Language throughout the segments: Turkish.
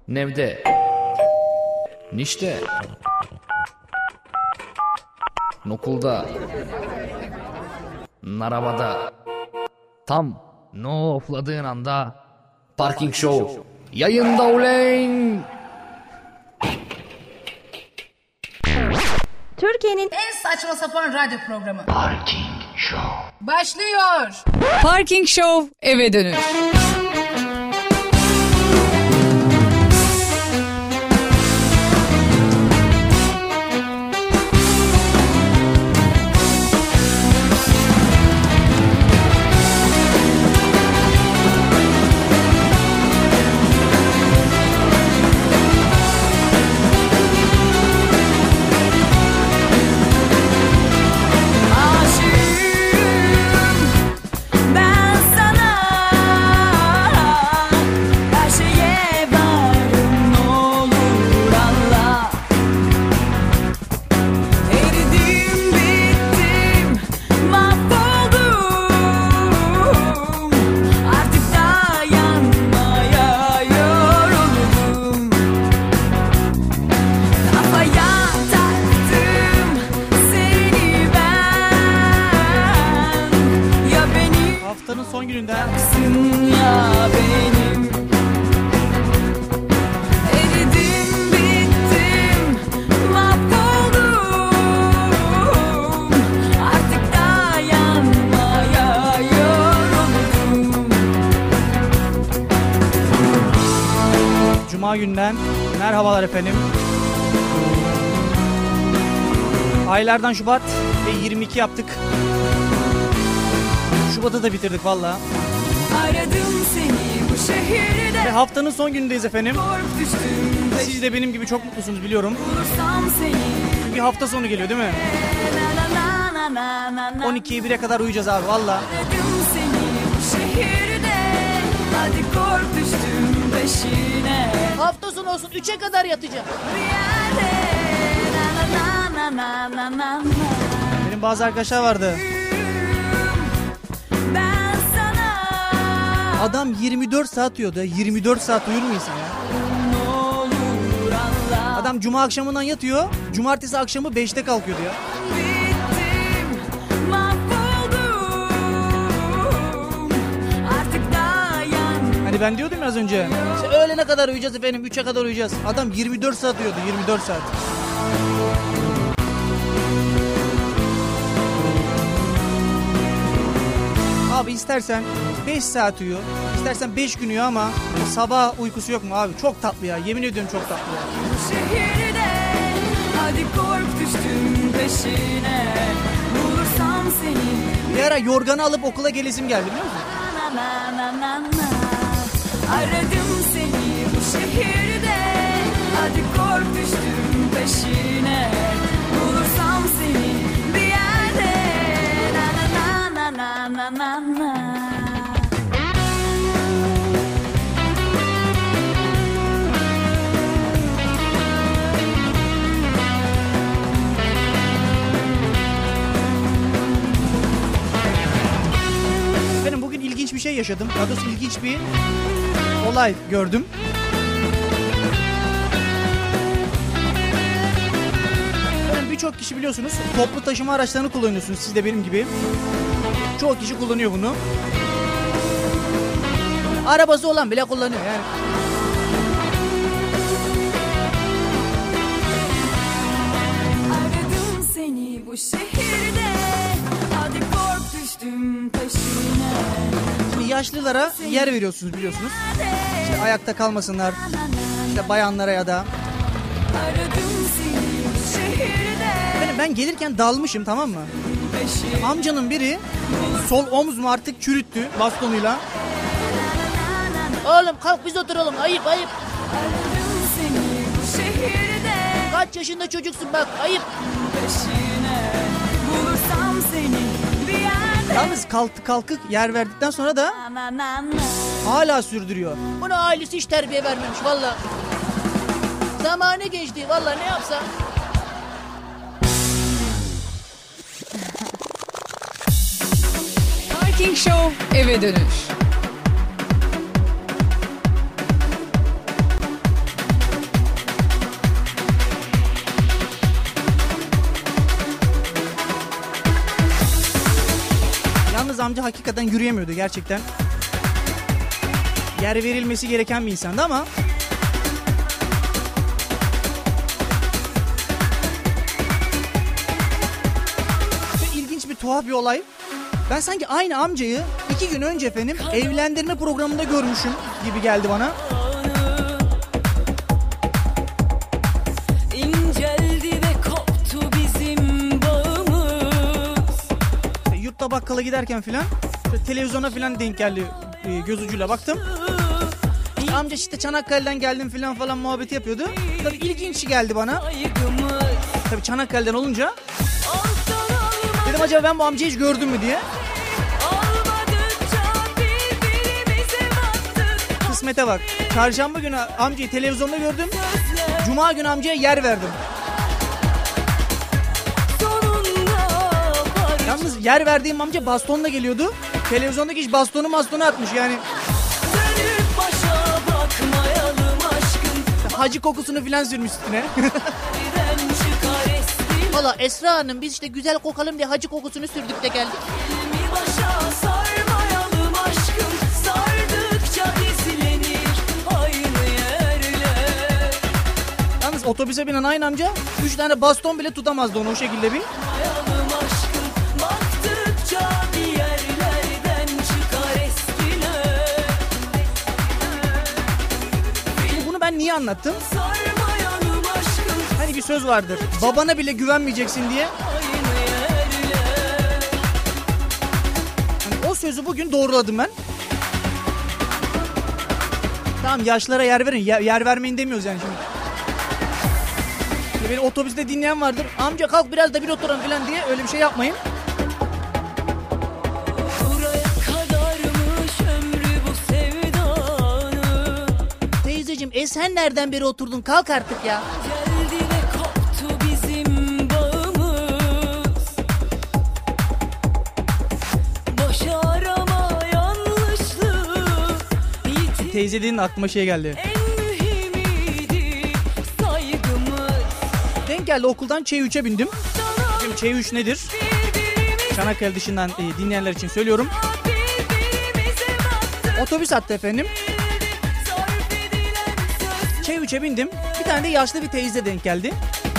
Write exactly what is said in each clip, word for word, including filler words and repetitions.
Nevde, Nişte, Nokulda, Narabada. Tam no ofladığın anda Parking Show yayında uleyn. Türkiye'nin en saçma sapan radyo programı Parking Show başlıyor. Parking Show eve dönüş. Cuma günden merhabalar efendim. Aylardan Şubat ve yirmi iki yaptık. Şubat'ı da bitirdik valla. Aradım seni bu şehirde. Ve haftanın son günündeyiz efendim. Siz de benim gibi çok mutlusunuz biliyorum. Çünkü hafta sonu geliyor değil mi? on ikiye bire kadar uyuyacağız abi valla. Aradım seni bu şehirde. Hadi kork düştüm peşine. Hafta sonu olsun üçe kadar yatacağım. Benim bazı arkadaşlar vardı. Adam yirmi dört saat uyuyordu ya. yirmi dört saat uyur mu insan ya? Adam cuma akşamından yatıyor. Cumartesi akşamı beşte kalkıyordu ya. Hani ben diyordum az önce. İşte öğlene kadar uyuyacağız efendim. üçe kadar uyuyacağız. Adam yirmi dört saat uyuyordu. yirmi dört saat. Abi istersen beş saat uyu, istersen beş gün uyu ama sabah uykusu yok mu abi? Çok tatlı ya, yemin ediyorum çok tatlı ya. Şehirde, hadi kork düştüm peşine, bulursam seni. Bir ara yorganı alıp okula gelesim geldi biliyor musun? Na, na, na, na. Aradım seni bu şehirde, hadi kork düştüm peşine, bulursam seni bir yerde. Na na na na na na. Benim bugün ilginç bir şey yaşadım. Daha doğrusu ilginç bir olay gördüm. Benim birçok kişi biliyorsunuz toplu taşıma araçlarını kullanıyorsunuz. Siz de benim gibi. Çoğu kişi kullanıyor bunu. Arabası olan bile kullanıyor yani. Aradım seni bu şehirde, hadi kork düştüm peşine. Şimdi yaşlılara yer veriyorsunuz biliyorsunuz. İşte ayakta kalmasınlar. İşte bayanlara ya da. Aradım seni bu şehirde. Ben, ben gelirken dalmışım tamam mı? Amcanın biri sol omuz mu artık çürüttü bastonuyla. Oğlum kalk biz oturalım, ayıp ayıp. Aradım seni bu şehirde. Kaç yaşında çocuksun bak, ayıp. Peşine bulursam seni bir yerde. Yalnız kalktı kalkık yer verdikten sonra da hala sürdürüyor. Buna ailesi hiç terbiye vermemiş valla. Zamanı geçti valla, ne yapsam. Parking Show eve dönüş. amca hakikaten yürüyemiyordu gerçekten. Yer verilmesi gereken bir insandı ama ve ilginç bir tuhaf bir olay. Ben sanki aynı amcayı iki gün önce efendim evlendirme programında görmüşüm gibi geldi bana. Yurtta bakkala giderken filan televizyona filan denk geldi, e, göz ucuyla baktım. Amca işte Çanakkale'den geldim filan falan muhabbeti yapıyordu. Tabii ilginç geldi bana. Tabii Çanakkale'den olunca dedim acaba ben bu amcayı hiç gördüm mü diye. Kısmete bak. Çarşamba günü amcayı televizyonda gördüm. Cuma günü amcaya yer verdim. Yalnız yer verdiğim amca bastonla geliyordu. Televizyondaki iş bastonu bastonu atmış yani. Hacı kokusunu filan sürmüş üstüne. Valla Esra Hanım biz işte güzel kokalım diye hacı kokusunu sürdük de geldik. Yalnız otobüse binen aynı amca üç tane baston bile tutamazdı onu o şekilde bir. Bunu ben niye anlattım? Hani bir söz vardır. Babana bile güvenmeyeceksin diye. Hani o sözü bugün doğruladım ben. Tamam yaşlara yer verin. Yer, yer vermeyin demiyoruz yani şimdi. Beni otobüste dinleyen vardır. Amca kalk biraz da bir oturalım falan diye öyle bir şey yapmayın. Teyzeciğim e sen nereden beri oturdun kalk artık ya. Teyze dediğin aklıma şey geldi. Denk geldi okuldan Ç üçe bindim. Şimdi Ç üç nedir? Çanakkale dışından e, dinleyenler için söylüyorum. Otobüs hattı efendim. Ç üçe bindim. Bir tane de yaşlı bir teyze denk geldi.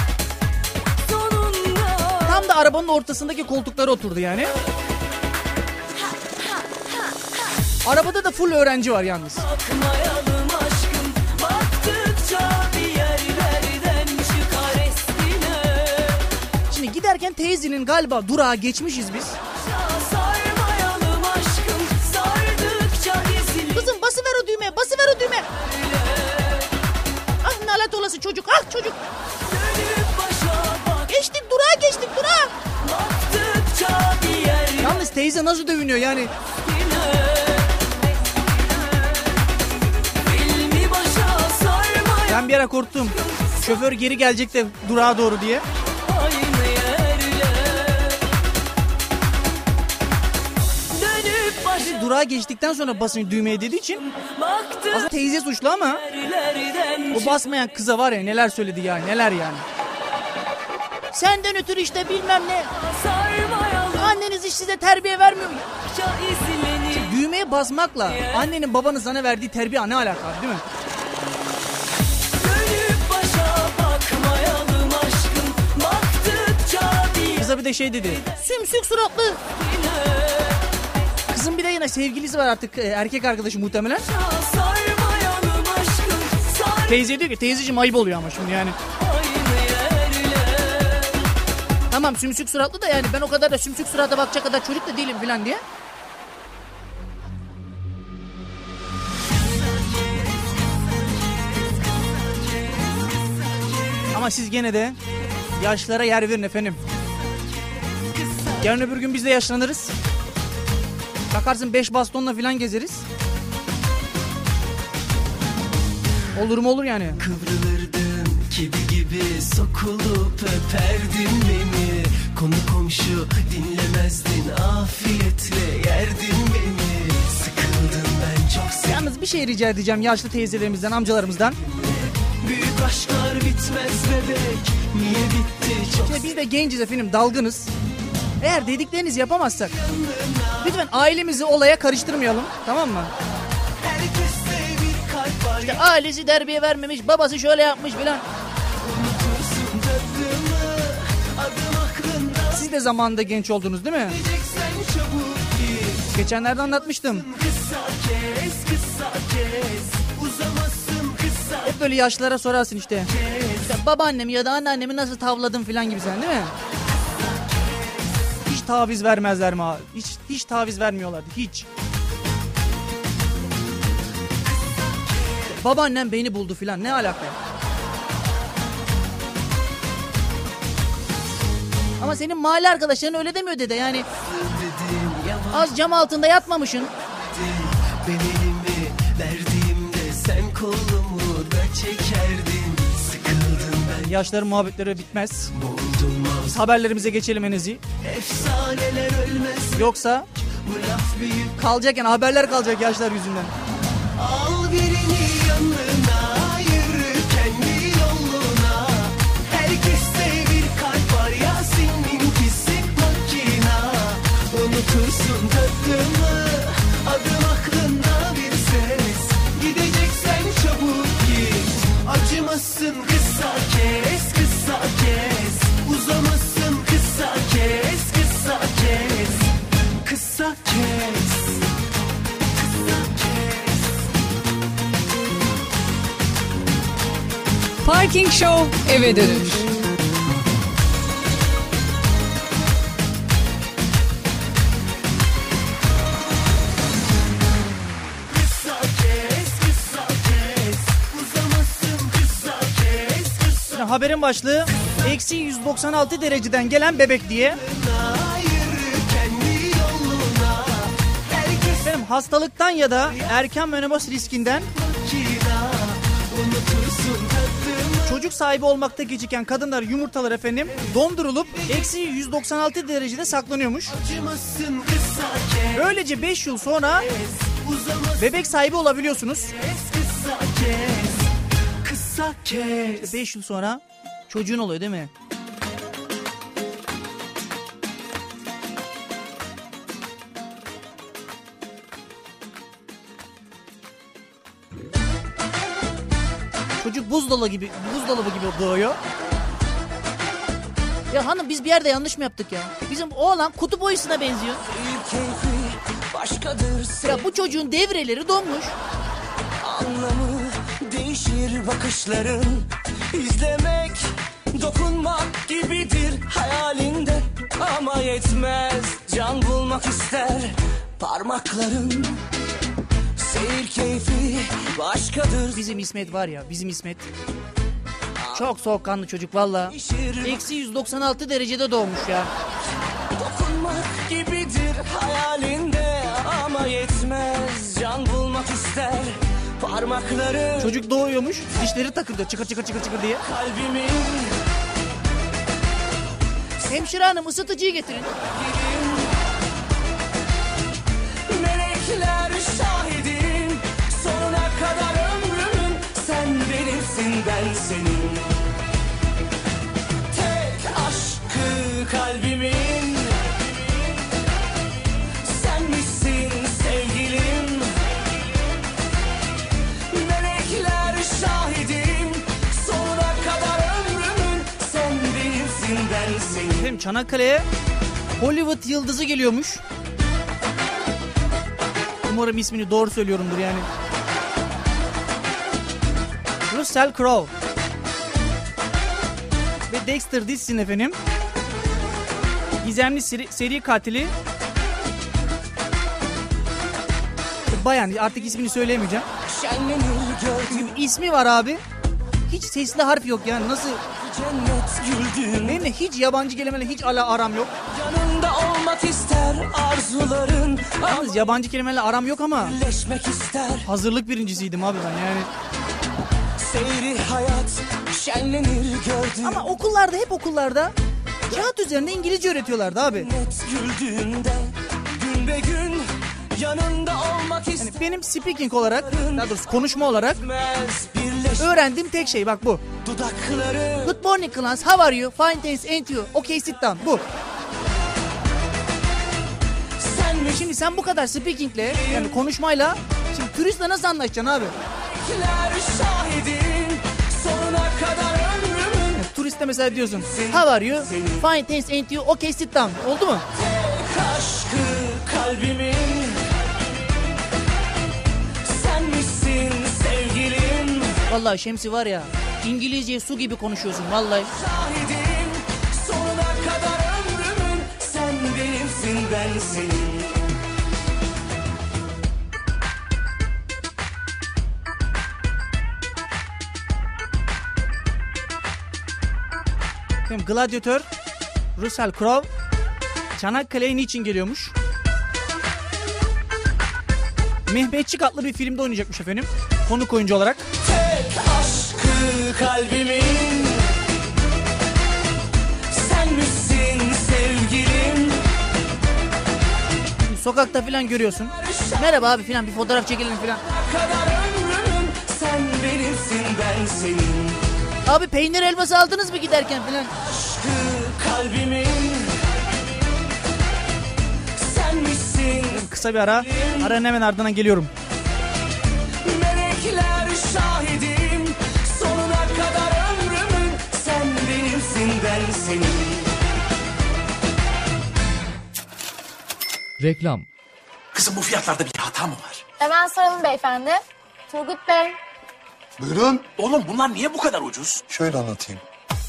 Tam da arabanın ortasındaki koltuklara oturdu yani. Arabada da full öğrenci var yalnız. Şimdi giderken teyzenin galiba durağa geçmişiz biz. Kızım basıver o düğmeye basıver o düğmeye. Ah nalet olası çocuk ah çocuk. Geçtik durağa geçtik durağa. Yalnız teyze nasıl dövünüyor yani. Ben bir ara korktum. Şoför geri gelecek de durağa doğru diye. Şimdi durağa geçtikten sonra basın düğmeye dediği için aslında teyze suçlu ama o basmayan kıza var ya neler söyledi ya neler yani. Senden ötürü işte bilmem ne. Anneniz hiç size terbiye vermiyor mu? İşte düğmeye basmakla annenin babanın sana verdiği terbiye ne alaka değil mi? Kıza bir de şey dedi. Sümsük suratlı. Kızın bir de yine sevgilisi var artık erkek arkadaşı muhtemelen. Teyze diyor ki teyzeciğim ayıp oluyor ama şimdi yani. Tamam sümsük suratlı da yani ben o kadar da sümsük surata bakacak kadar çocuk da değilim falan diye. Ama siz gene de yaşlara yer verin efendim. Yarın öbür gün biz de yaşlanırız. Bakarsın beş bastonla falan gezeriz. Olur mu olur yani. Kıvrılırdın kedi gibi sokulup öperdin beni. Konu komşu dinlemezdin afiyetle yerdin beni. Sıkıldım ben çok sevdim. Yalnız bir şey rica edeceğim yaşlı teyzelerimizden amcalarımızdan. Büyük aşklar bitmez bebek. Niye bitti çok. Şimdi biz de genciz efendim dalgınız. Eğer dediklerinizi yapamazsak lütfen ailemizi olaya karıştırmayalım, tamam mı? Herkeste bir kalp var. İşte ailesi terbiye vermemiş, babası şöyle yapmış filan. Unutursun tadımı, adım aklında. Siz de zamanında genç oldunuz değil mi? Gideceksen çabuk git. Geçenlerde anlatmıştım. Kısa kes, kısa kes. Uzamasın kısa Hep böyle yaşlılara sorarsın işte. İşte babaannemi ya da anneannemi nasıl tavladın filan gibi sen değil mi? Hiç taviz vermezler mi abi? Hiç, hiç taviz vermiyorlardı. Hiç. Babaannem beni buldu filan. Ne alaka? Ama senin mahalle arkadaşların öyle demiyor dede yani. dedim yalan. Az cam altında yatmamışsın. Ben elimi verdiğimde sen kolumu da çekerdin. Sıkıldım ben, Yaşların muhabbetleri bitmez. boğuldum az. Biz haberlerimize geçelim en azı. Efsaneler ölmez. Yoksa Bu laf büyük. kalacakken haberler kalacak yaşlar yüzünden. Al birini yanına, yürü kendi yoluna. Herkeste bir kalp var ya, seninkisi makina. Unutursun tadımı, adım aklında bir ses. Gideceksen çabuk git, acımasın kısa kes, kısa kes. Uzamasın kısa kes, kısa kes. Kısa kes. Parking Show eve dönüş. Kısa kes, kısa kes. Uzamasın kısa kes, kısa. Şimdi haberin başlığı eksi yüz doksan altı dereceden gelen bebek diye. Yürü kendi yoluna. Herkes Efendim hastalıktan ya da erken menopaz riskinden kira. Unutursun tadımı. çocuk sahibi olmakta geciken kadınlar yumurtalar efendim dondurulup eksi yüz doksan altı derecede saklanıyormuş. Acımasın kısa kes. Böylece beş yıl sonra Uzamasın bebek sahibi olabiliyorsunuz. kısa kes. Kısa kes. beş yıl sonra çocuğun oluyor değil mi? Çocuk buzdolabı gibi buzdolabı gibi doğuyor. Ya hanım biz bir yerde yanlış mı yaptık ya? Bizim oğlan kutup ayısına benziyor. Keyfi başkadır, Ya bu çocuğun devreleri donmuş. anlamı değişir bakışların. İzlemek, dokunmak gibidir hayalinde. Ama yetmez, can bulmak ister parmakların. Seyir keyfi başkadır. Bizim İsmet var ya bizim İsmet. Çok soğukkanlı çocuk valla. Değişir Eksi yüz doksan altı derecede doğmuş ya. dokunmak gibidir hayalinde. Ama yetmez, can bulmak ister parmakların. Çocuk doğuyormuş dişleri takılıyor çıkır çıkır çıkır çıkır diye. Kalbimin Hemşire hanım ısıtıcıyı getirin. melekler şahidim, sonuna kadar ömrümün sen benimsin, ben senin. Tek aşkı kalbimin sen misin sevgilim. Melekler şahidim, sonuna kadar ömrümün sen benimsin, ben senin. Efendim Çanakkale'ye Hollywood yıldızı geliyormuş. Umarım ismini doğru söylüyorumdur yani. Russell Crowe ve Dexter dizisinin efendim gizemli seri, seri katili bayan, artık ismini söyleyemeyeceğim. Şenlenir gördüm İsmi var abi. Hiç sesli harf yok yani nasıl? cennet güldüğüm. Benim de hiç yabancı kelimeyle hiç ala aram yok. Yanında olmak ister arzuların. Yalnız yabancı kelimelerle aram yok ama Birleşmek ister hazırlık birincisiydim abi ben yani. seyri hayat şenlenir gördüm. Ama okullarda hep okullarda kağıt üzerinde İngilizce öğretiyorlardı abi. Net güldüğünde gün be gün yanında olmak Yani istemez. benim speaking olarak, daha doğrusu konuşma olarak Birleş öğrendiğim tek şey bak bu. dudakları. Good morning class, how are you? Fine thanks, and you. Okay, sit down. Bu. Şimdi sen bu kadar speakingle yani konuşmayla şimdi turistle nasıl anlaşacaksın abi? Şahidim sonuna kadar ömrümün. Yani turiste mesela diyorsun how are you? Fine thanks ain't you? Okay sit down. Oldu mu? Tek aşkı kalbimin. Sen misin sevgilim? Vallahi Şemsi var ya İngilizce su gibi konuşuyorsun vallahi. Şahidim sonuna kadar ömrümün. Sen benimsin ben senin. Gladyatör Russell Crowe Çanakkale'ye niçin geliyormuş? Mehmetçik adlı bir filmde oynayacakmış efendim. Konuk oyuncu olarak. Tek aşkı kalbimin. Sen misin sevgilim? Sokakta falan görüyorsun. Merhaba abi falan bir fotoğraf çekelim falan. Kadar ömrümün. Sen benimsin ben senin. Abi peynir helvası aldınız mı giderken falan? Aşkı kalbimin. Sen misin? Kısa bir ara. Aranın hemen ardından geliyorum. Melekler şahidim. Sonuna kadar ömrümün. Sen benimsin ben senin. Reklam. Kızım bu fiyatlarda bir hata mı var? Hemen soralım beyefendi. Turgut Bey. Buyurun. Oğlum bunlar niye bu kadar ucuz? Şöyle anlatayım.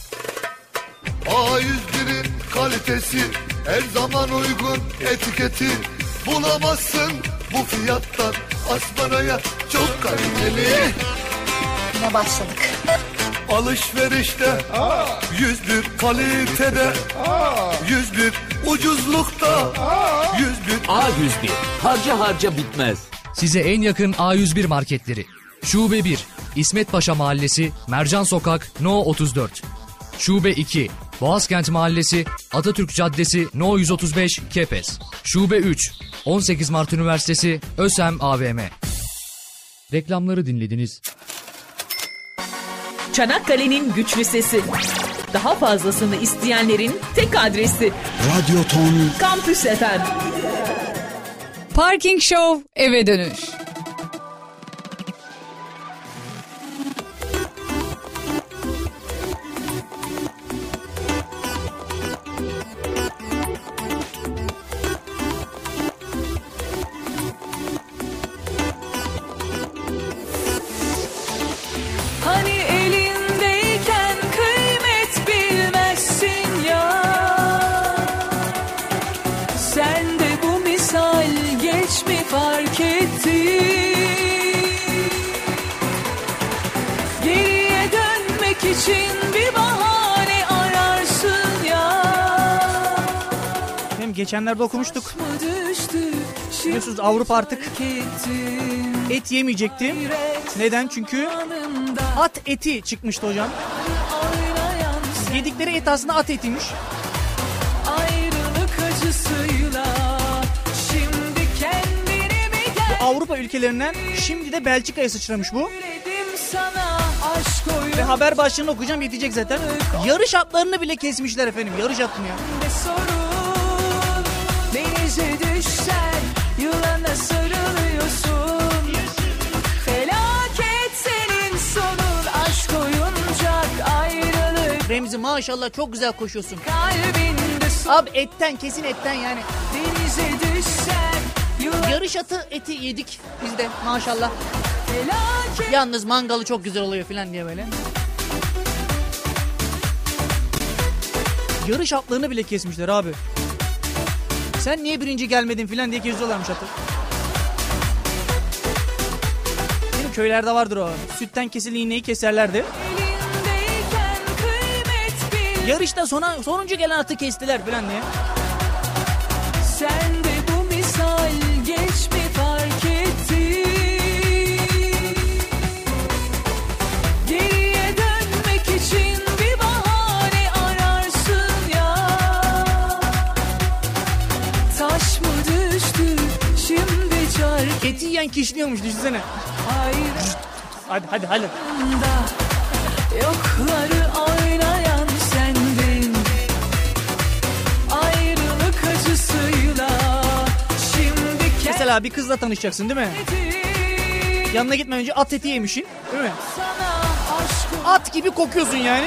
A yüz birin kalitesi her zaman uygun etiketi bulamazsın bu fiyattan Asparaya çok kaliteli. Yine başladık. Alışverişte yüz bir kalitede yüz bir ucuzlukta yüz bir A yüz bir harca harca bitmez. Size en yakın A yüz bir marketleri. Şube bir İsmet Paşa Mahallesi Mercan Sokak No otuz dört. Şube iki Boğazkent Mahallesi Atatürk Caddesi No yüz otuz beş Kepez. Şube üç on sekiz Mart Üniversitesi ÖSEM A V M. Reklamları dinlediniz. Çanakkale'nin güçlü sesi. Daha fazlasını isteyenlerin tek adresi. Radyo Ton. Kampüs F M. Parking Show eve dönüş. Hani elindeyken kıymet bilmezsin ya. Sen de bu misal geç mi fark ettin? Geriye dönmek için bir bahane ararsın ya. Hem geçenlerde okumuştuk. Biliyorsunuz Avrupa artık et yemeyecekti. Neden? Çünkü at eti çıkmıştı hocam. Yedikleri et aslında at etiymiş. Ayrılık acısıyla şimdi kendine mi gel? Bu Avrupa ülkelerinden şimdi de Belçika'ya sıçramış bu. Sana aşk oyun. Ve haber başlığını okuyacağım yetecek zaten. Yarış atlarını bile kesmişler efendim. Yarış atını ya. Ne sorun denize düşsen yılana sarılıyorsun. Felaket senin sonun aşk oyuncak ayrılık. Remzi maşallah çok güzel koşuyorsun. Kalbinde son. Abi etten kesin etten yani. Denize düşsen yılana. Yarış atı eti yedik biz de maşallah. Felaket. Yalnız mangalı çok güzel oluyor falan diye böyle. Yarış atlarını bile kesmişler abi. Sen niye birinci gelmedin falan diye geziyorlarmış atı. Benim köylerde vardır o. Sütten kesili iğneyi keserlerdi. Yarışta sona, sonuncu gelen atı kestiler falan diye. Sen de bu misal geç mi fark ettin? Geriye dönmek için bir bahane ararsın ya. Taş mı düştü şimdi çark. Eti yiyen kişniyormuş düşünsene. Hayır. Hadi hadi hadi. Yokları oynayan sendin. Ayrılık acısıyla şimdi Mesela bir kızla tanışacaksın değil mi? Yanına gitmeden önce at eti yemişsin değil mi? At gibi kokuyorsun yani.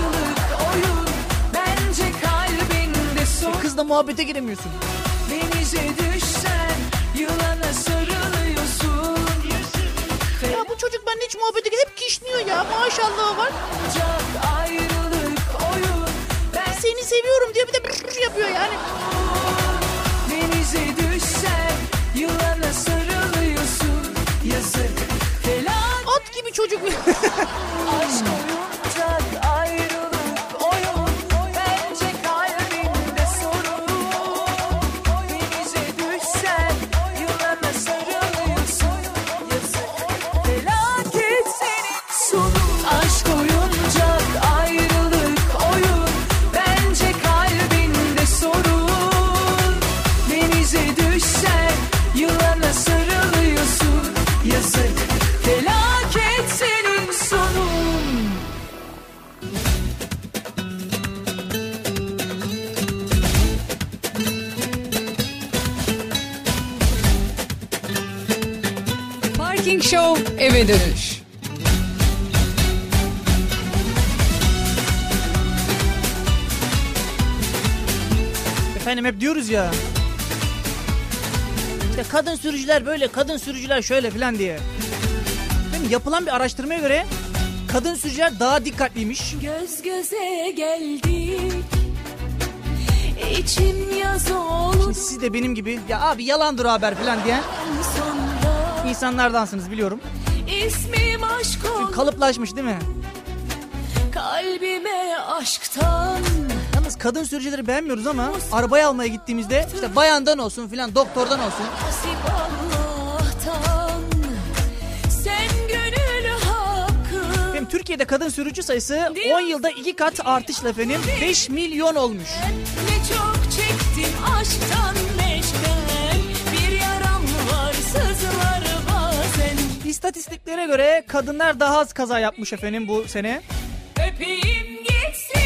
Kızla muhabbete giremiyorsun. Denize düşsen yılana sarılıyorsun. Ya bu çocuk benimle hiç muhabbete girip hep kişniyor ya. Maşallah var. Ayrılık oyun. Ben seni seviyorum diye bir de bir yapıyor yani. Denize düşsen yılana sarılıyorsun. Yazık felaket. At gibi çocuk. Aşk oyuncak ayrılık oyun. Bence kalbinde sorun. Denize düşsen yılana sarılıyorsun. Yazık felaket senin sonun. Aşk oyuncak ayrılık oyun. Bence kalbinde sorun. Denize düşsen yılana sarılıyorsun. Yazık felaket senin sonun. Parking Show eve dönüş. Efendim hep diyoruz ya. İşte kadın sürücüler böyle, kadın sürücüler şöyle falan diye. Efendim, yapılan bir araştırmaya göre kadın sürücüler daha dikkatliymiş. Göz göze geldik. İçim yaz oldu. Şimdi siz de benim gibi ya abi yalandır o haber falan diyen insanlardansınız biliyorum. İsmim aşk oldu. Kalıplaşmış değil mi? Kalbime aşktan. Yalnız kadın sürücüleri beğenmiyoruz ama arabayı almaya gittiğimizde işte bayandan olsun filan, doktordan olsun. Nasip Allah'tan. Sen gönül hakkı. Efendim, Türkiye'de kadın sürücü sayısı on yılda iki kat artışla efendim beş milyon olmuş. Ne çok çektim aşktan meşkten. Bir yaram var sızlar bazen. İstatistiklere göre kadınlar daha az kaza yapmış efendim bu sene. Öpeyim gitsin.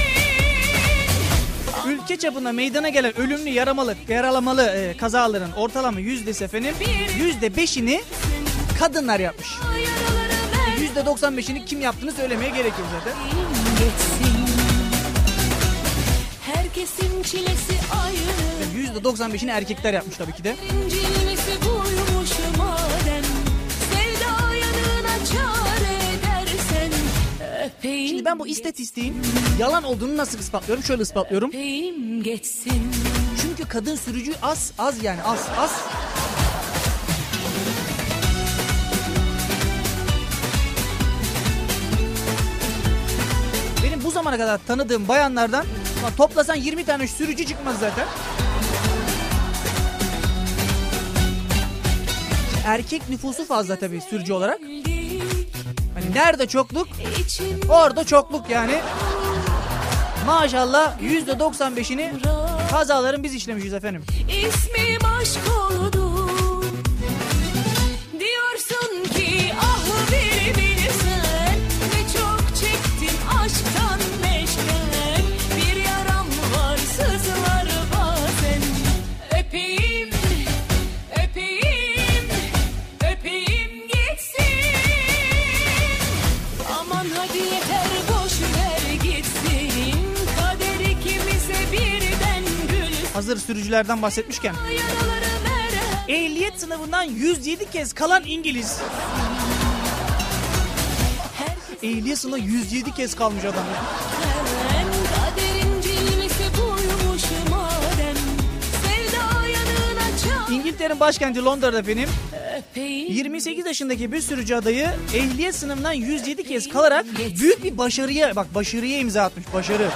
Ülke çapında meydana gelen ölümlü yaramalı, yaralamalı e, kazaların ortalama yüzdesi efendim yüzde beşini kadınlar yapmış. Yüzde doksan beşini kim yaptığını söylemeye gerek yok zaten. Herkesin çilesi ayrı. Yüzde doksan beşini erkekler yapmış tabii ki de. Cilvesi buymuş madem. Sevda yanına çare edersen. Öpeyim. Şimdi ben bu istatistiğin yalan olduğunu nasıl ispatlıyorum? Şöyle ispatlıyorum. Öpeyim geçsin. Çünkü kadın sürücü az az yani az az. Benim bu zamana kadar tanıdığım bayanlardan toplasan yirmi tane sürücü çıkmaz zaten. Erkek nüfusu fazla tabii sürücü olarak. Hani nerede çokluk? Orada çokluk yani. Maşallah yüzde doksan beşini kazaların biz işlemişiz efendim. İsmim aşk oldu. Diyorsun ki ah bir bilsen. Ne çok çektim aşktan meşken. Bir yaram var sızlar bazen. Öpeyim, öpeyim, öpeyim gitsin. Aman hadi yeter boş ver gitsin. Kader ikimize birden gülsün. Hazır sürücülerden bahsetmişken. Ehliyet sınavından yüz yedi kez kalan İngiliz. Ehliyet sınavı yüz yedi kez kalmış adam. İngiltere'nin başkenti Londra'da efendim. yirmi sekiz yaşındaki bir sürücü adayı ehliyet sınavından yüz yedi kez kalarak büyük bir başarıya bak başarıya imza atmış. Başarı.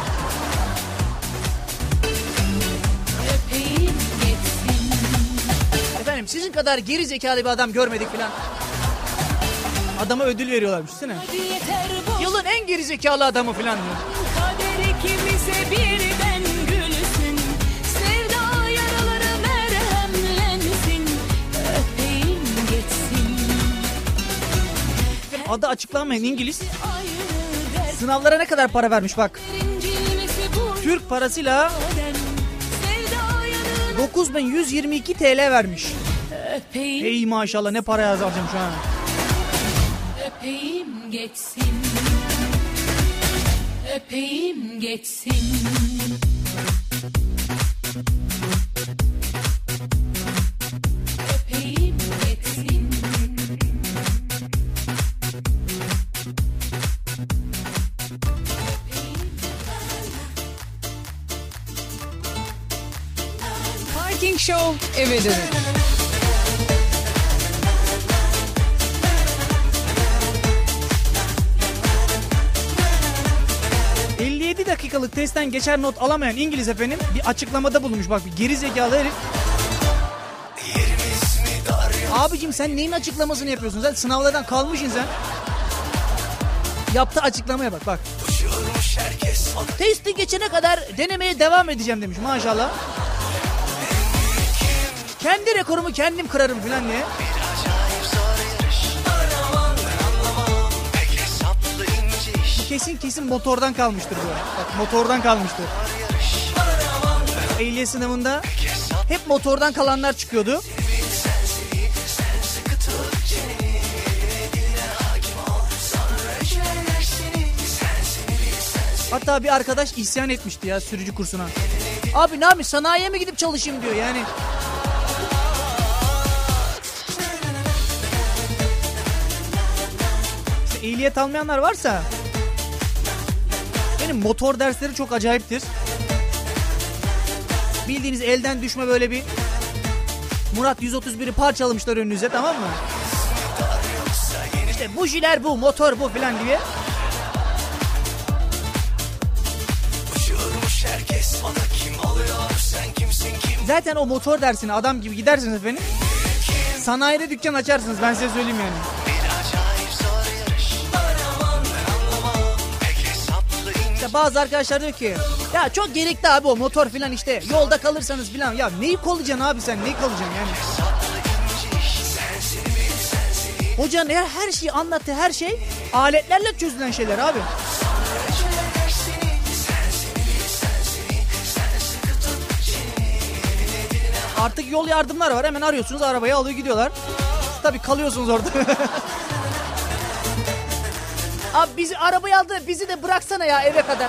Efendim sizin kadar geri zekalı bir adam görmedik filan. Adama ödül veriyorlarmış değil mi? Yılın en geri zekalı adamı filan diyor. Kader ikimize birden gülsün. Sevda yaraları merhemlensin. Öpeyim geçsin. Adı açıklanmayan İngiliz sınavlara ne kadar para vermiş bak. Türk parasıyla dokuz bin yüz yirmi iki T L vermiş. Öpeyim, Hey maşallah ne para yazacağım şu an. öpeyim geçsin. Öpeyim geçsin. Öpeyim geçsin. Parking Show eve dönüş. elli yedi dakikalık testten geçer not alamayan İngiliz efendim bir açıklamada bulunmuş. Bak bir geri zekalı herif. Abicim sen neyin açıklamasını yapıyorsun? Sen sınavlardan kalmışsın sen. Yaptığı açıklamaya bak bak. Testi geçene kadar denemeye devam edeceğim demiş maşallah. Kendi rekorumu kendim kırarım falan diye. Bu kesin kesin motordan kalmıştır bu. Bak motordan kalmıştır. Ehliyet sınavında hep motordan kalanlar çıkıyordu. Hatta bir arkadaş isyan etmişti ya sürücü kursuna. Abi ne yapayım sanayiye mi gidip çalışayım diyor yani. İşte ehliyet almayanlar varsa benim motor dersleri çok acayiptir. Bildiğiniz elden düşme böyle bir Murat yüz otuz biri parçalamışlar önünüze, tamam mı? İşte bujiler bu, motor bu filan diye. Zaten o motor dersine adam gibi gidersiniz efendim. Sanayide dükkan açarsınız, ben size söyleyeyim yani. İşte bazı arkadaşlar diyor ki ya çok gerekli abi o motor filan, işte yolda kalırsanız filan. Ya neyi kolacaksın abi sen, neyi kolacaksın yani? Hocanın her, her şeyi anlattığı her şey aletlerle çözülen şeyler abi. Artık yol yardımlar var, hemen arıyorsunuz, arabayı alıyor gidiyorlar. Tabii kalıyorsunuz orada. Abi bizi arabayı aldı, bizi de bıraksana ya eve kadar.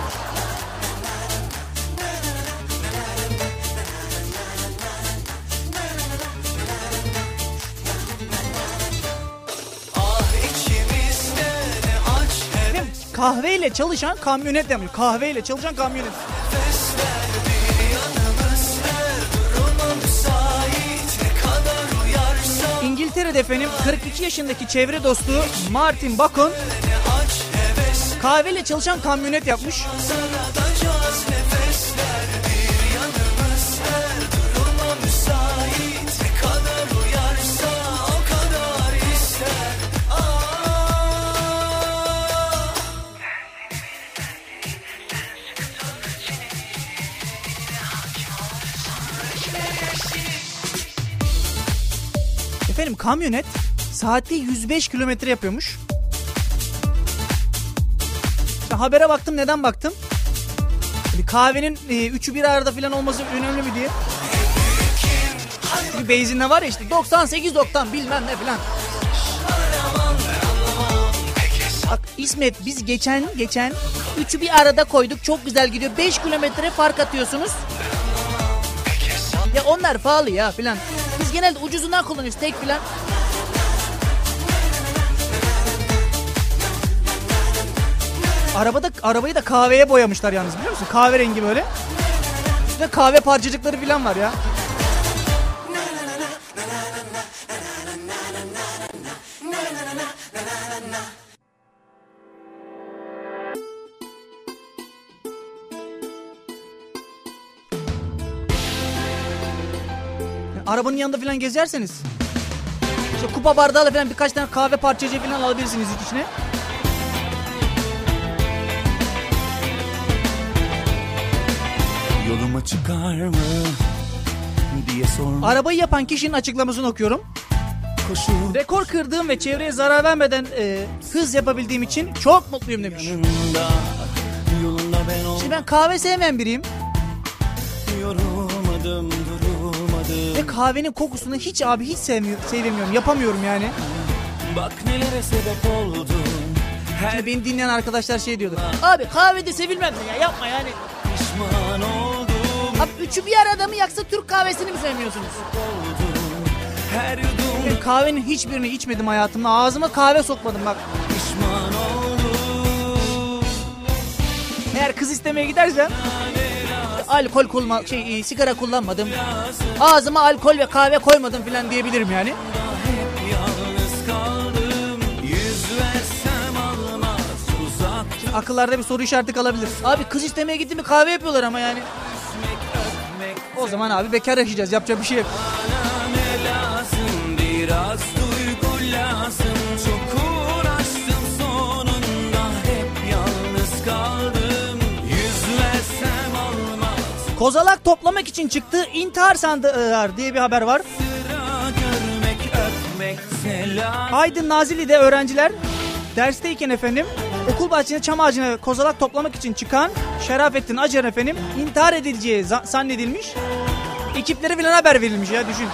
Kahveyle çalışan kamyonet demiş. Kahveyle çalışan kamyonet. İngiltere'de efendim kırk iki yaşındaki çevre dostu Martin Bacon kahveyle çalışan kamyonet yapmış. Efendim kamyonet saatte yüz beş kilometre yapıyormuş. İşte habere baktım, neden baktım? Bir kahvenin e, üçü bir arada falan olması önemli mi diye. Bir benzinle var ya işte doksan sekiz doksan bilmem ne falan. Bak İsmet biz geçen geçen üçü bir arada koyduk, çok güzel gidiyor. beş kilometre fark atıyorsunuz. Ya onlar pahalı ya filan. Biz genelde ucuzundan kullanıyoruz tek filan. Arabada arabayı da kahveye boyamışlar yalnız, biliyor musun? Kahverengi böyle. Üstünde kahve parçacıkları filan var ya. Arabanın yanında falan gezerseniz işte kupa bardağıyla falan birkaç tane kahve parçacığı falan alabilirsiniz içine. Yoluma çıkar mı diye sorma. Arabayı yapan kişinin açıklamasını okuyorum. Koşu. Rekor kırdığım ve çevreye zarar vermeden e, hız yapabildiğim için çok mutluyum demiş. Yanımda, yolunda ben ol. Şimdi ben kahve sevmeyen biriyim. Yorulmadım, durulmadım. olmadım. Ve kahvenin kokusunu hiç abi hiç sevmiyorum, sevemiyorum, yapamıyorum yani. Bak nelere sebep oldun. Şimdi beni dinleyen arkadaşlar şey diyordu. Abi kahvede sevilmez mi ya, yapma yani. Pişman oldum. Abi üçü bir arada mı yaksa Türk kahvesini mi sevmiyorsunuz? Her yudum. Ben kahvenin hiçbirini içmedim hayatımda. Ağzıma kahve sokmadım bak. Pişman oldum. Eğer kız istemeye gidersen alkol kulma şey sigara kullanmadım. Ağzıma alkol ve kahve koymadım falan diyebilirim yani. Hep yalnız kaldım. Yüz versem almaz uzak. Şimdi akıllarda bir soru işareti kalabilir. Abi kız istemeye gitti mi kahve yapıyorlar ama yani. O zaman abi bekar yaşayacağız. Yapacak bir şey yok. Bana ne lazım? Biraz duygu lazım. Çok uğraştım sonunda. Hep yalnız kaldım. Yüz versem almaz. Kozalak toplamak için çıktığı intihar sandığı diye bir haber var. Sıra görmek, öpmek, selam. Aydın Nazilli'de öğrenciler dersteyken efendim okul bahçesine çam ağacına kozalak toplamak için çıkan Şerafettin Acar efendim intihar edileceği zannedilmiş. Ekiplere filan haber verilmiş ya, düşün.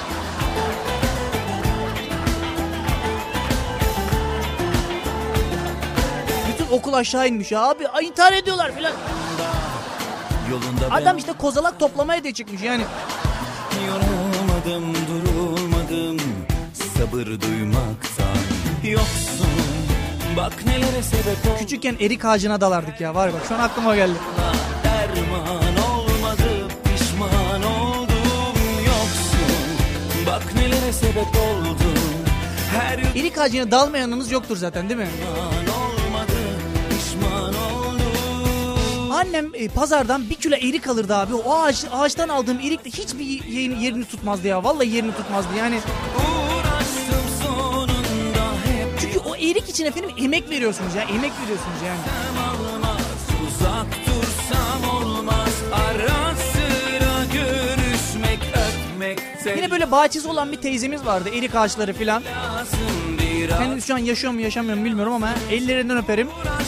Bütün okul aşağı inmiş ya abi, ay, intihar ediyorlar filan. Yolunda Adam işte kozalak toplamaya diye çıkmış yani. Yorulmadım, durulmadım. Sabır duymaktan yoksun. Bak nelere sebep oldu. Küçükken erik ağacına dalardık ya, var bak şu an aklıma geldi. Derman olmadı, pişman oldum, yoksun. Bak nelere sebep oldun. Her erik ağacına dalmayanınız yoktur zaten değil mi? olmadı, pişman oldum. Annem e, pazardan bir kilo erik alırdı abi. O ağaç, ağaçtan aldığım erik de hiçbir yerini, yerini tutmazdı ya. Vallahi yerini tutmazdı yani. Uğraştım sonunda hep. Çünkü o erik için efendim emek veriyorsunuz ya. Emek veriyorsunuz yani. Olmaz, uzak dursam olmaz. Ara sıra görüşmek, öpmek. Yine böyle bahçesi olan bir teyzemiz vardı. Erik ağaçları filan. Kendisi şu an yaşıyor mu yaşamıyor mu bilmiyorum ama ellerinden öperim.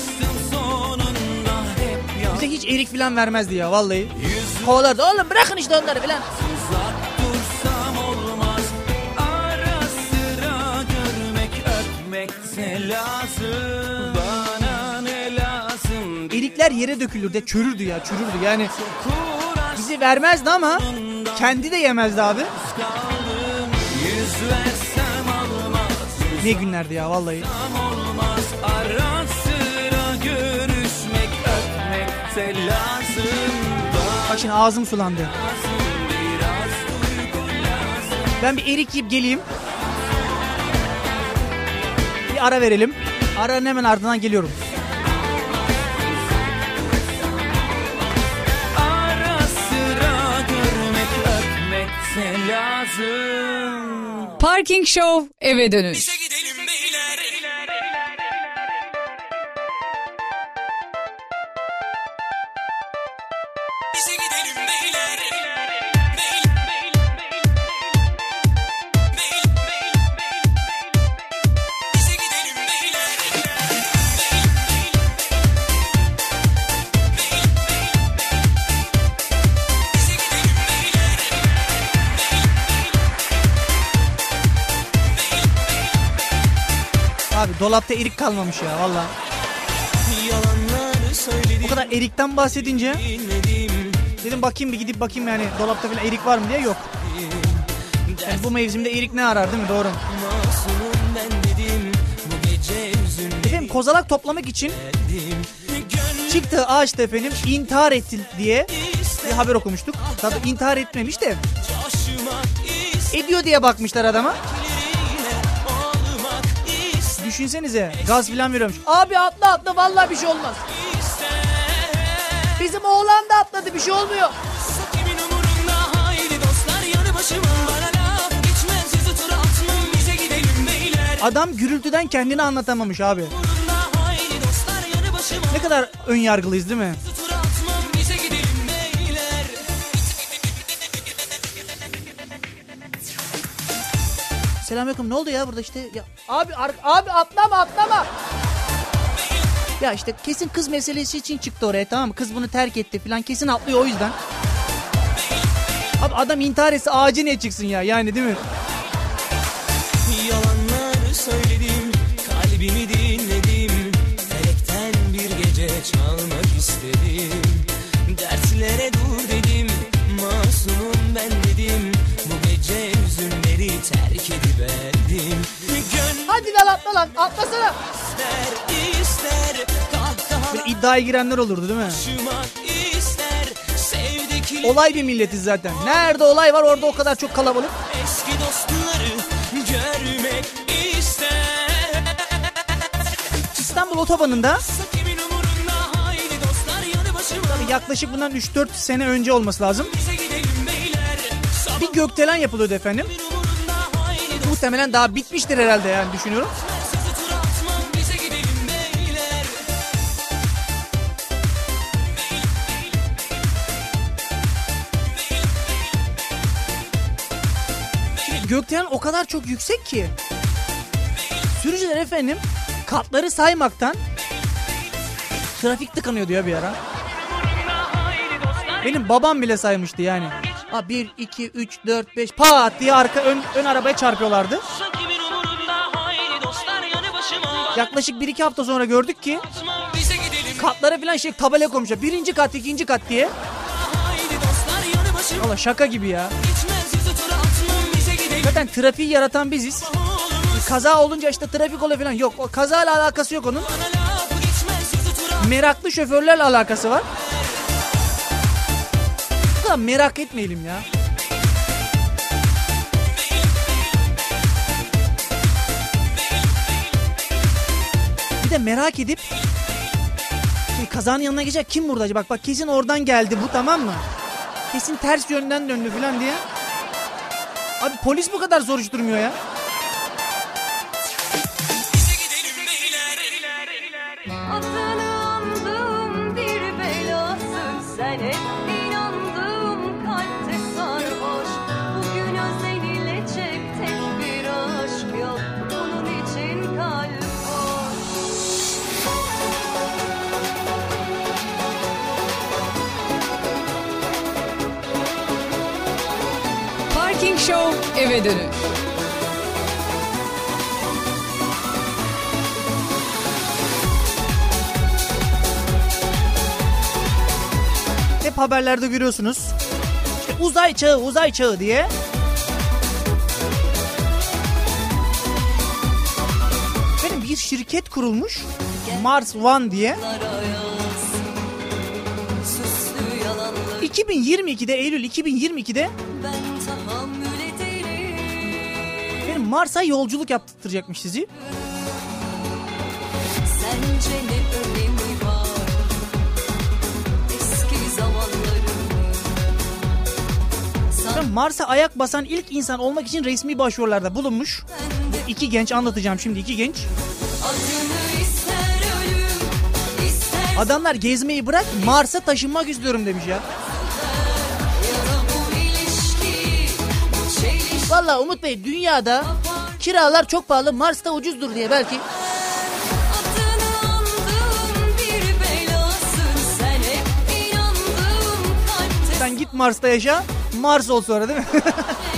Bize hiç erik filan vermezdi ya vallahi. Kovalardı, oğlum bırakın işte onları filan. Uzak dursam olmaz. Ara sıra görmek, öpmek lazım. Bana ne lazım? Erikler yere dökülürdü, çürürdü ya, çürürdü yani. Bizi vermezdi ama kendi de yemezdi abi. Yüz versem almaz. Ne günlerdi ya vallahi. Olmaz. Ara sıra görüşmek, öpmek lazım. Bak şimdi ağzım sulandı. Ben bir erik yiyip geleyim. Bir ara verelim. Aranın hemen ardından geliyorum. Ara sıra görmek, öpmek lazım. Parking Show eve dönüş. Abi dolapta erik kalmamış ya valla. O kadar erikten bahsedince dedim bakayım bir gidip bakayım yani dolapta falan erik var mı diye, yok. Yani bu mevsimde erik ne arar değil mi? Doğru. Efendim kozalak toplamak için çıktığı ağaçta efendim intihar etti diye bir haber okumuştuk. Tabii intihar etmemiş de ediyor diye bakmışlar adama. Düşünsenize, gaz filan veriyormuş. Abi atla atla vallahi bir şey olmaz. Bizim oğlan da atladı, bir şey olmuyor. Adam gürültüden kendini anlatamamış abi. Ne kadar ön yargılıyız değil mi? Selamünaleyküm, ne oldu ya burada işte? Ya, abi abi atlama atlama. Ya işte kesin kız meselesi için çıktı oraya, tamam mı? Kız bunu terk etti falan, kesin atlıyor o yüzden. Abi adam intihar etse ağacı ne çıksın ya yani değil mi? Yalanlar söyledim, kalbimi dinledim. Felekten bir gece çalmak istedim. Dertlere dur dedim, masumum ben dedim. Bu gece hüzünleri terk ediverdim. Gönlüm hadi lan atla lan atlasana. ister ister kahkahalar. Böyle iddiaya girenler olurdu değil mi? İster, sevdikleri olay bir milletiz zaten. Nerede olay var orada o kadar çok kalabalık. eski dostları görmek ister. İstanbul otobanında Kimin umurunda haydi dostlar yanı başıma. tabii yaklaşık bundan üç dört sene önce olması lazım. Bize gidelim beyler. Bir gökdelen yapılıyordu efendim. Muhtemelen daha bitmiştir herhalde yani düşünüyorum. Bize gidelim beyler. Şimdi gökdelen o kadar çok yüksek ki sürücüler efendim katları saymaktan trafik tıkanıyordu ya bir ara. Benim babam bile saymıştı yani. Ha bir, iki, üç, dört, beş pat diye arka ön, ön arabaya çarpıyorlardı. Yaklaşık bir iki hafta sonra gördük ki katlara falan şey tabela koymuşlar. Birinci kat, ikinci kat diye. Valla şaka gibi ya. Zaten trafiği yaratan biziz. Kaza olunca işte trafik oluyor falan. Yok o kazayla alakası yok onun. Meraklı şoförlerle alakası var. Bu kadar merak etmeyelim ya. Bir de merak edip şimdi kazanın yanına geçecek kim burada acaba? Bak bak kesin oradan geldi bu tamam mı? Kesin ters yönden döndü falan diye. Abi polis bu kadar soruşturmuyor ya. Adını andığım bir belasın sen hep inandığım kalpte sarhoş. Bugün özlenilecek tek bir aşk yok. Bunun için kalp boş. Parking Show eve dönüş. Hep haberlerde görüyorsunuz. İşte uzay çağı, uzay çağı diye. Benim bir şirket kurulmuş. Mars One diye. iki bin yirmi ikide Eylül iki bin yirmi ikide benim Mars'a yolculuk yaptıracakmış sizi. Sence ne önemi var eski zamanlarımın? Ben Mars'a ayak basan ilk insan olmak için resmi başvurularda bulunmuş. Bu iki genç anlatacağım şimdi iki genç. Adını ister ölüm, ister Adamlar gezmeyi bırak Mars'a taşınmak istiyorum demiş ya. bu ilişki, bu çelişki. Valla Umut Bey dünyada kiralar çok pahalı Mars'ta ucuzdur diye belki. Adını andığım bir belasın sen hep inandığım kalpte. Sen git Mars'ta yaşa Mars ol sonra değil mi? Bir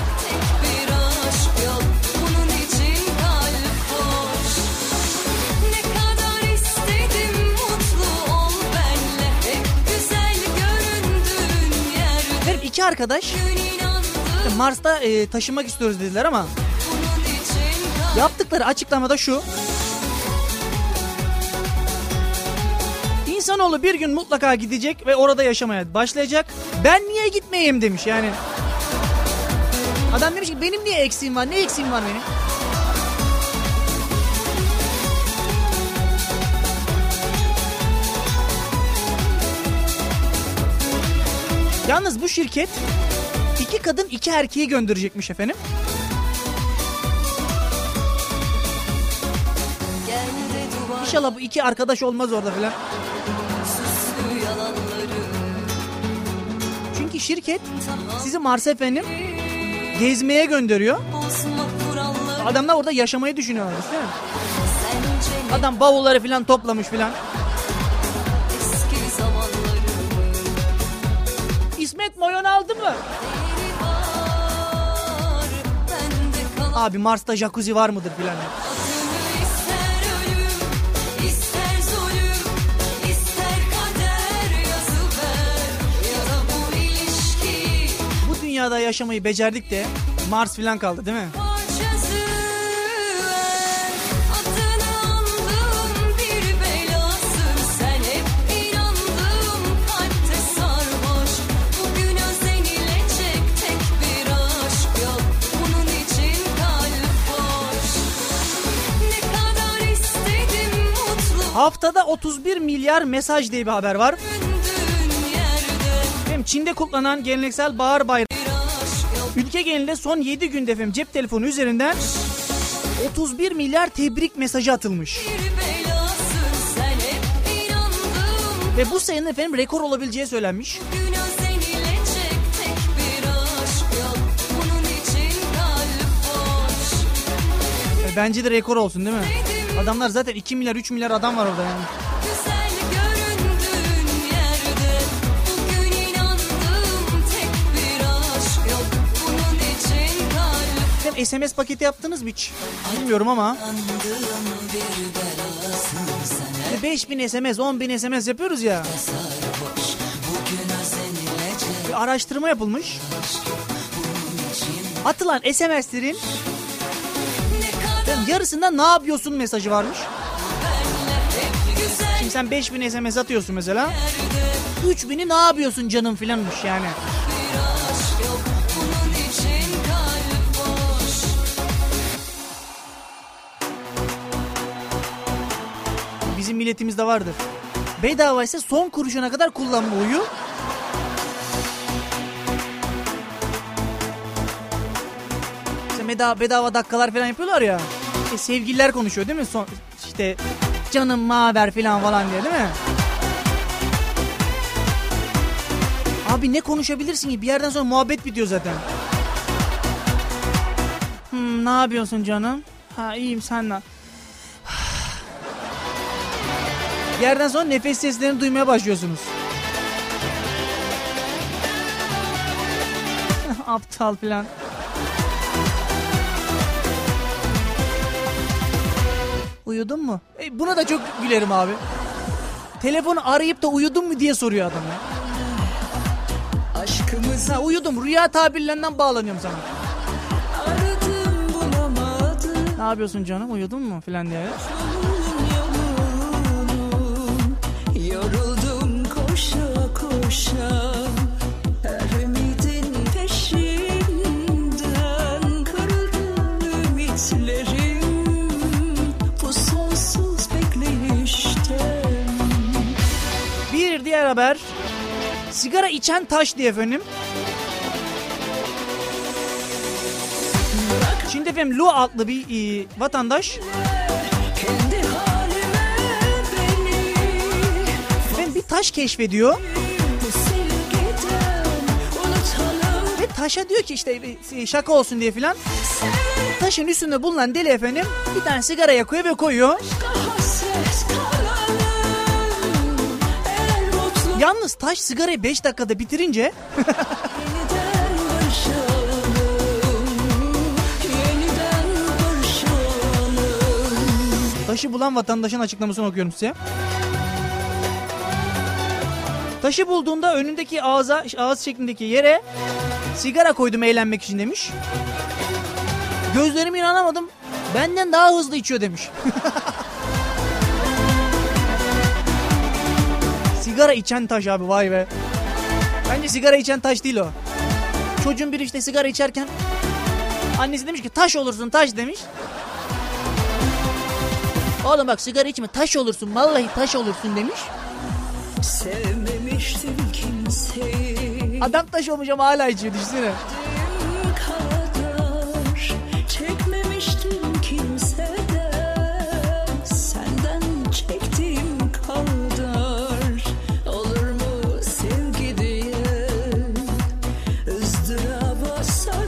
aşk yok, bunun için kalp boş. Ne kadar istedim mutlu ol benle. Hep güzel göründüğün yerde. Hep iki arkadaş Gün inandım, Mars'ta e, taşınmak istiyoruz dediler ama bunun için kalp. yaptıkları açıklamada şu. İnsanoğlu bir gün mutlaka gidecek ve orada yaşamaya başlayacak. Ben niye gitmeyeyim demiş yani. Adam demiş ki benim niye eksiğim var? Ne eksiğim var benim? Yalnız bu şirket iki kadın iki erkeği gönderecekmiş efendim. Gel de duvar İnşallah bu iki arkadaş olmaz orada falan. süslü yalanları. Çünkü şirket sizi Mars'a efendim gezmeye gönderiyor. Bozma kuralları. Adamlar orada yaşamayı düşünüyorlar değil mi? Sence ne Adam bavulları falan toplamış falan. eski zamanlarımı? İsmet mayon aldı mı? Abi Mars'ta jacuzzi var mıdır filan. Bu dünyada yaşamayı becerdik de Mars filan kaldı değil mi? Haftada otuz bir milyar mesaj diye bir haber var. Hem Çin'de kutlanan geleneksel bahar bayramı. Ülke genelinde son yedi günde efendim cep telefonu üzerinden otuz bir milyar tebrik mesajı atılmış. Ve bu sayının efendim rekor olabileceği söylenmiş. E, bence de rekor olsun değil mi? Adamlar zaten iki milyar üç milyar adam var orada yani. Hem S M S paketi yaptınız mı hiç? Bilmiyorum ama. beş bin S M S, on bin S M S yapıyoruz ya. Bir araştırma yapılmış. Atılan S M S'lerin yarısında ne yapıyorsun mesajı varmış. Şimdi sen beş bin S M S atıyorsun mesela. üç bini ne yapıyorsun canım filanmış yani. Bizim milletimizde vardır. Bedava ise son kuruşuna kadar kullanma huyu. Bedava, bedava dakikalar falan yapıyorlar ya. E, sevgililer konuşuyor değil mi? Son, işte canım maver falan falan diye değil mi? Abi ne konuşabilirsin ki? Bir yerden sonra muhabbet bitiyor zaten. Hmm, ne yapıyorsun canım? Ha iyiyim sen ne? Bir yerden sonra nefes seslerini duymaya başlıyorsunuz. Aptal falan. Uyudun mu? E, buna da çok gülerim abi. Telefonu arayıp da uyudun mu diye soruyor adam ya. Aşkımız. Ha, uyudum. Rüya tabirlerinden bağlanıyorum sana. Aradım, bulamadım. Ne yapıyorsun canım? Uyudun mu? Filan diye. Yoruldum koşa koşa. Her ümidin peşinden kırıldı ümitlerim. Bir diğer haber. Sigara içen taş diye efendim. Şimdi efendim Lu adlı bir e, vatandaş efendim bir taş keşfediyor. Ve taşa diyor ki işte şaka olsun diye filan. Taşın üstünde bulunan deli efendim bir tane sigara yakıyor ve koyuyor. Yalnız taş sigarayı beş dakikada bitirince taşı bulan vatandaşın açıklamasını okuyorum size. Taşı bulduğunda önündeki ağza, ağız şeklindeki yere sigara koydum eğlenmek için demiş. Gözlerime inanamadım. Benden daha hızlı içiyor demiş. Sigara içen taş abi, vay be. Bence sigara içen taş değil o. Çocuğun biri işte sigara içerken annesi demiş ki taş olursun taş demiş. Oğlum bak sigara içme, taş olursun, vallahi taş olursun demiş. Sevmemiştim kimseyi. Adam taş olmuş ama hala içiyor, düşünsene. Çekmemiştim kimseden, senden çektiğim kadar. Olur mu sevgi diye ızdıraba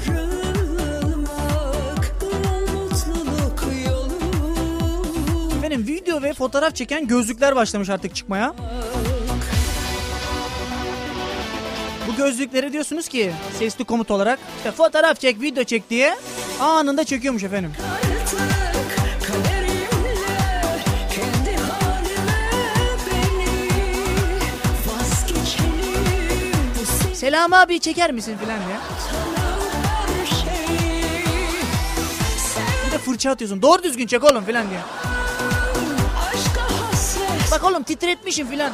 sarılmak, bu mutluluk yolu. Benim video ve fotoğraf çeken gözlükler başlamış artık çıkmaya. Bu gözlüklere diyorsunuz ki sesli komut olarak işte fotoğraf çek, video çek diye Anında çekiyormuş efendim. Selam abi çeker misin filan ya. Bir de fırça atıyorsun. Doğru düzgün çek oğlum filan diye. Bak oğlum titretmişim filan.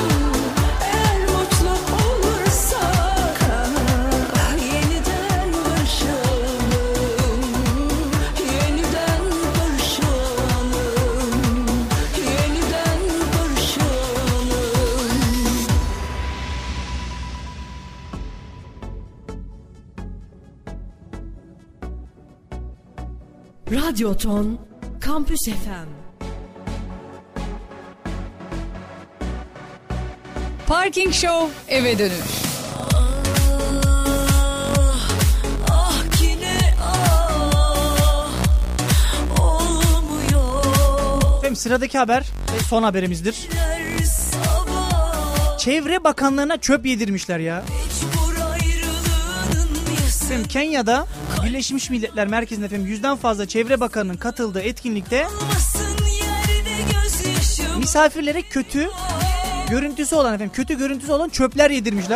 Radyo Ton Kampüs F M. Parking Show eve dönüş. Ah yine ah olmuyor. Efendim sıradaki haber ve son haberimizdir. Çevre Bakanlığı'na çöp yedirmişler ya. Efendim Kenya'da Birleşmiş Milletler Merkezi'nde efendim yüzden fazla Çevre Bakanı'nın katıldığı etkinlikte misafirlere kötü görüntüsü olan efendim kötü görüntüsü olan çöpler yedirmişler.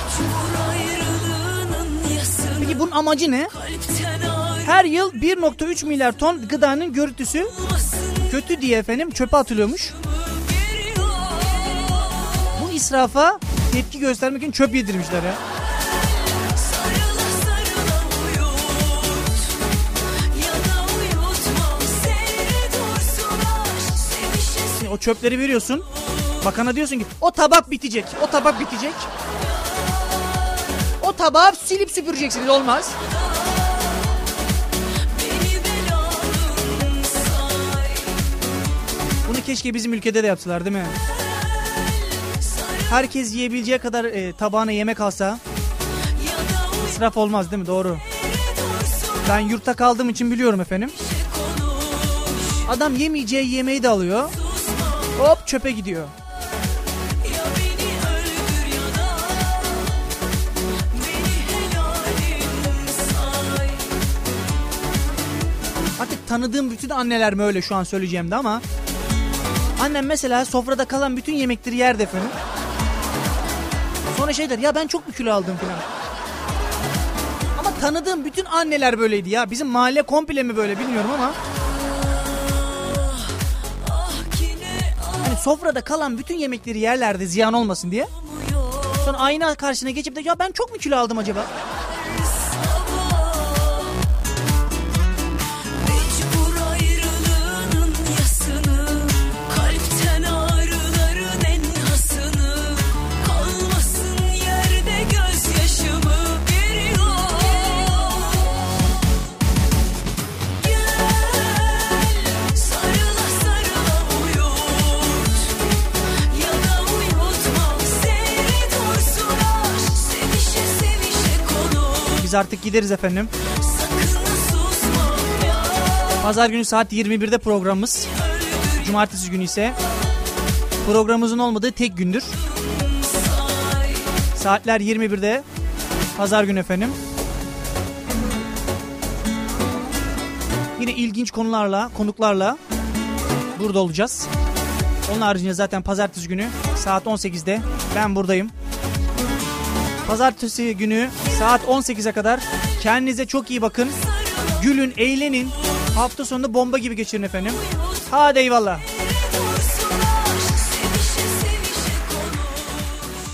Peki bunun amacı ne? Her yıl bir nokta üç milyar ton gıdanın görüntüsü kötü diye efendim çöpe atılıyormuş. Bu israfa tepki göstermek için çöp yedirmişler ya. O çöpleri veriyorsun. Bakana diyorsun ki o tabak bitecek. O tabak bitecek. O tabağı silip süpüreceksiniz. Olmaz. Bunu keşke bizim ülkede de yapsalar değil mi? Herkes yiyebileceği kadar e, tabağına yemek alsa israf olmaz değil mi? Doğru. Ben yurtta kaldığım için biliyorum efendim. Adam yemeyeceği yemeği de alıyor. Hop çöpe gidiyor. Artık tanıdığım bütün anneler mi öyle şu an söyleyeceğimde ama annem mesela sofrada kalan bütün yemekleri yerdi efendim. Sonra şey der ya ben çok bir kilo aldım falan. Ama tanıdığım bütün anneler böyleydi ya. Bizim mahalle komple mi böyle bilmiyorum ama. Hani sofrada kalan bütün yemekleri yerlerdi ziyan olmasın diye. Sonra ayna karşısına geçip de ya ben çok mu kilo aldım acaba? Biz artık gideriz efendim. Pazar günü saat yirmi birde programımız. Cumartesi günü ise programımızın olmadığı tek gündür. Saatler yirmi birde pazar günü efendim. Yine ilginç konularla, konuklarla burada olacağız. Onun haricinde zaten pazartesi günü saat on sekizde ben buradayım. Pazartesi günü saat on sekize kadar kendinize çok iyi bakın. Gülün, eğlenin. Hafta sonunda bomba gibi geçirin efendim. Hadi eyvallah.